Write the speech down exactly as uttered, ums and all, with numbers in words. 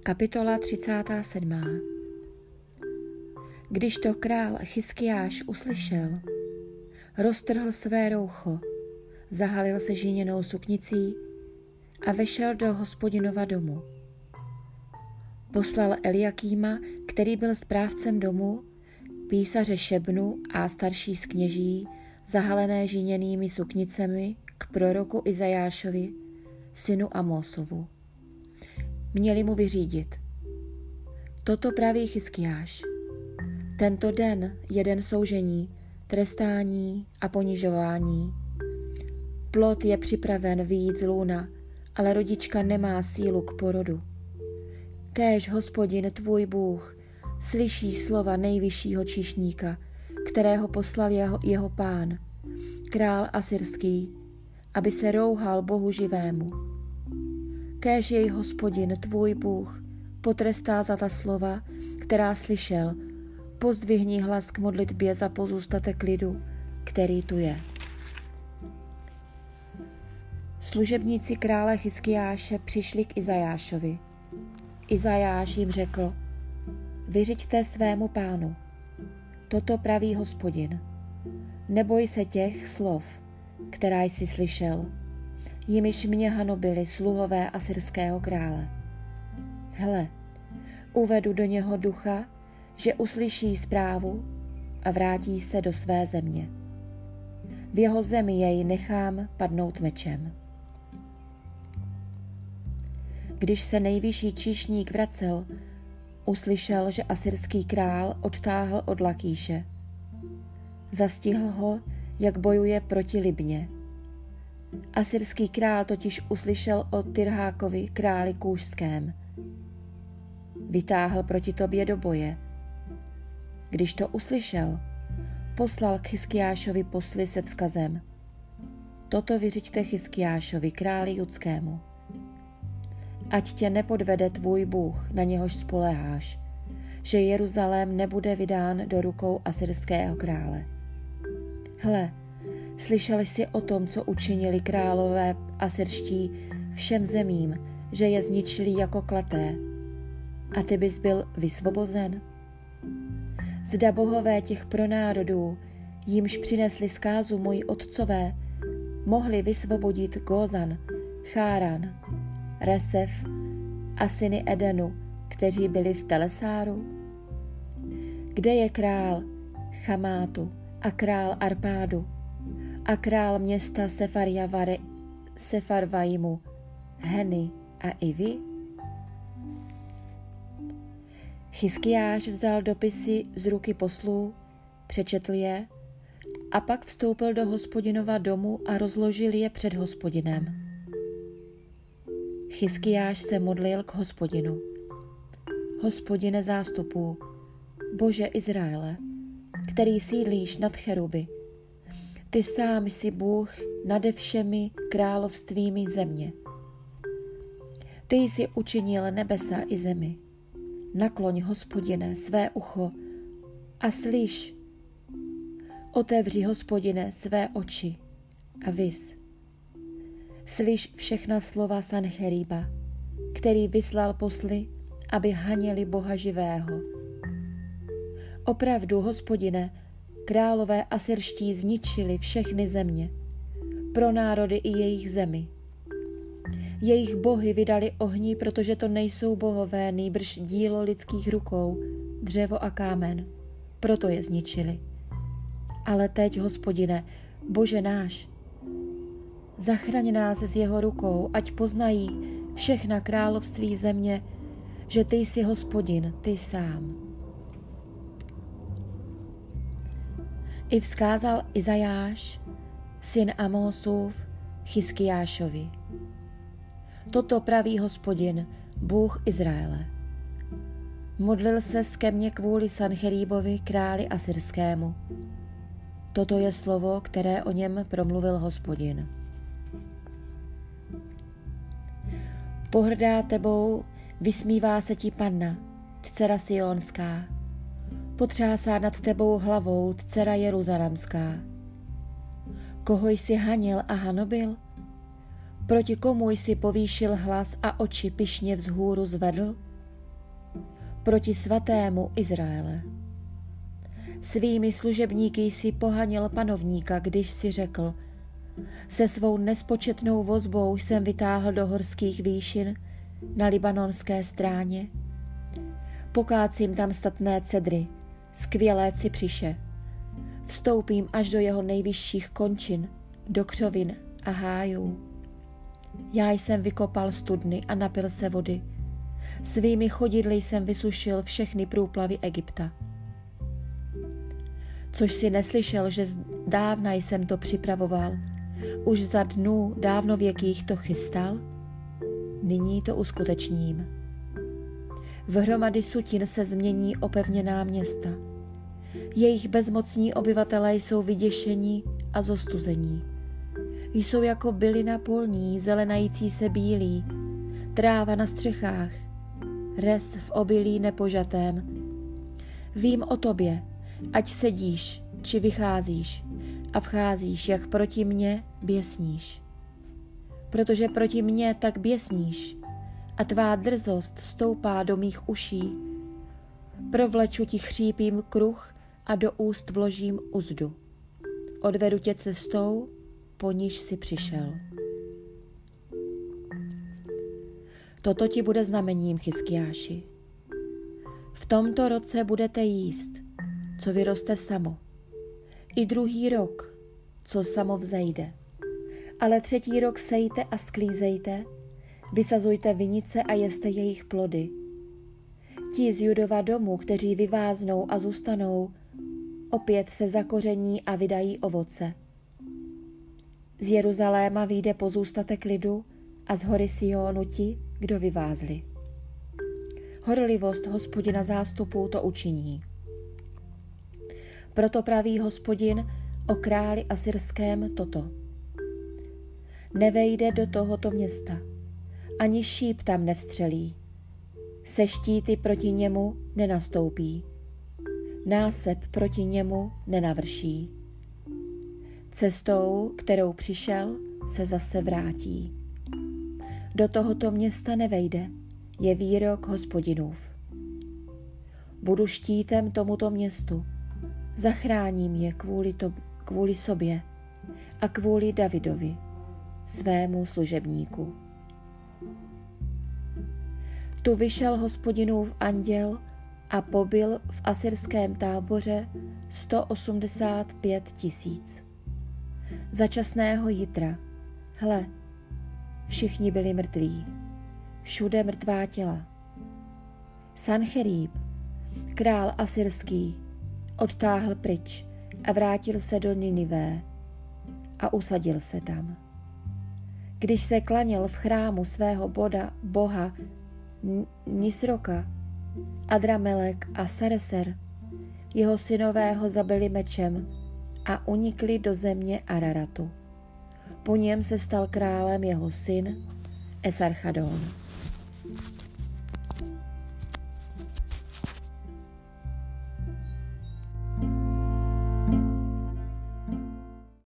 Kapitola třicátá sedmá. Když to král Chiskiáš uslyšel, roztrhl své roucho, zahalil se žíněnou suknicí a vešel do Hospodinova domu. Poslal Eliakýma, který byl správcem domu, písaře Šebnu a starší z kněží, zahalené žíněnými suknicemi, k proroku Izajášovi, synu Amosovu. Měli mu vyřídit: Toto praví Chiskiáš. Tento den je den soužení, trestání a ponižování. Plod je připraven vyjít z lůna, ale rodička nemá sílu k porodu. Kéž Hospodin tvůj Bůh slyší slova nejvyššího číšníka, kterého poslal jeho, jeho pán, král asyrský, aby se rouhal Bohu živému. Kéž jej Hospodin tvůj Bůh potrestá za ta slova, která slyšel, pozdvihni hlas k modlitbě za pozůstatek lidu, který tu je. Služebníci krále Chiskiáše přišli k Izajášovi. Izajáš jim řekl: Vyřiďte svému pánu. Toto praví Hospodin. Neboj se těch slov, která jsi slyšel, jimiž mě hanobili sluhové asyrského krále. Hle, uvedu do něho ducha, že uslyší zprávu a vrátí se do své země. V jeho zemi jej nechám padnout mečem. Když se nejvyšší číšník vracel, uslyšel, že asyrský král odtáhl od Lakíše. Zastihl ho, jak bojuje proti Libně. Asyrský král totiž uslyšel o Tirhákovi, králi kůšském. Vytáhl proti tobě do boje. Když to uslyšel, poslal k Chiskiášovi posly se vzkazem: Toto vyřiďte Chiskiášovi, králi judskému. Ať tě nepodvede tvůj Bůh, na něhož spoléháš, že Jeruzalém nebude vydán do rukou asyrského krále. Hle, slyšel jsi o tom, co učinili králové asyrští všem zemím, že je zničili jako klaté. A ty bys byl vysvobozen? Zda bohové těch pronárodů, jimž přinesli zkázu moji otcové, mohli vysvobodit Gózan, Cháran, Resef a syny Edenu, kteří byli v Telesáru? Kde je král Chamátu a král Arpádu a král města Sefarjavare, Sefarvaimu, Heny a Ivy? Chiskiáš vzal dopisy z ruky poslů, přečetl je a pak vstoupil do Hospodinova domu a rozložil je před Hospodinem. Chiskiáš se modlil k Hospodinu: Hospodine zástupů, Bože Izraele, který sídlíš nad cheruby, ty sám jsi Bůh nade všemi královstvími země. Ty jsi učinil nebesa i zemi. Nakloň, Hospodine, své ucho a slyš. Otevři, Hospodine, své oči a vys. Slyš všechna slova Sancheríba, který vyslal posly, aby hanili Boha živého. Opravdu, Hospodine, králové asyrští zničili všechny země, pro národy i jejich zemi. Jejich bohy vydali ohni, protože to nejsou bohové, nýbrž dílo lidských rukou, dřevo a kámen. Proto je zničili. Ale teď, Hospodine, Bože náš, zachraň nás z jeho rukou, ať poznají všechna království země, že ty jsi Hospodin, ty sám. I vzkázal Izajáš, syn Amosův, Chiskiášovi: Toto praví Hospodin, Bůh Izraele. Modlil ses ke mně kvůli Sancheríbovi, králi asyrskému. Toto je slovo, které o něm promluvil Hospodin. Pohrdá tebou, vysmívá se ti panna, dcera Sionská. Potřásá nad tebou hlavou, dcera Jeruzalemská. Koho jsi hanil a hanobil? Proti komu jsi povýšil hlas a oči pyšně vzhůru zvedl? proti svatému Izraele. Svými služebníky jsi pohanil panovníka, když si řekl: se svou nespočetnou vozbou jsem vytáhl do horských výšin na libanonské stráně. Pokácím tam statné cedry, skvělé cypřiše. Vstoupím až do jeho nejvyšších končin, do křovin a hájů. Já jsem vykopal studny a napil se vody. Svými chodidly jsem vysušil všechny průplavy Egypta. Což si neslyšel, že dávna jsem to připravoval, už za dnů dávnověkých to chystal? Nyní to uskutečním. V hromady sutin se změní opevněná města. Jejich bezmocní obyvatelé jsou vyděšení a zostuzení. Jsou jako bylina polní, zelenající se bílí, tráva na střechách, res v obilí nepožatém. Vím o tobě, ať sedíš, či vycházíš a vcházíš, jak proti mně běsníš. Protože proti mně tak běsníš a tvá drzost stoupá do mých uší. Provleču ti chřípím kruh a do úst vložím uzdu. Odvedu tě cestou, po níž jsi přišel. Toto ti bude znamením, Chiskiáši. V tomto roce budete jíst, co vyroste samo. I druhý rok, co samo vzejde. Ale třetí rok sejte a sklízejte, vysazujte vinice a jeste jejich plody. Ti z Judova domu, kteří vyváznou a zůstanou, opět se zakoření a vydají ovoce. Z Jeruzaléma vyjde pozůstatek lidu a z hory Sionu ti, kdo vyvázli. Horlivost Hospodina zástupů to učiní. Proto praví Hospodin o králi asyrském toto. Nevejde do tohoto města, ani šíp tam nevstřelí. Se štíty proti němu nenastoupí. Násep proti němu nenavrší. Cestou, kterou přišel, se zase vrátí. Do tohoto města nevejde, je výrok Hospodinův. Budu štítem tomuto městu, zachráním je kvůli, to, kvůli sobě a kvůli Davidovi, svému služebníku. Tu vyšel Hospodinův anděl a pobyl v asyrském táboře sto osmdesát pět tisíc. Začasného jitra, hle, všichni byli mrtví, všude mrtvá těla. Sancherib, král asyrský, odtáhl pryč a vrátil se do Ninivé a usadil se tam. Když se klaněl v chrámu svého boda, boha Nisroka, Adramelek a Sareser, jeho synové ho zabili mečem a unikli do země Araratu. Po něm se stal králem jeho syn Esarchadon.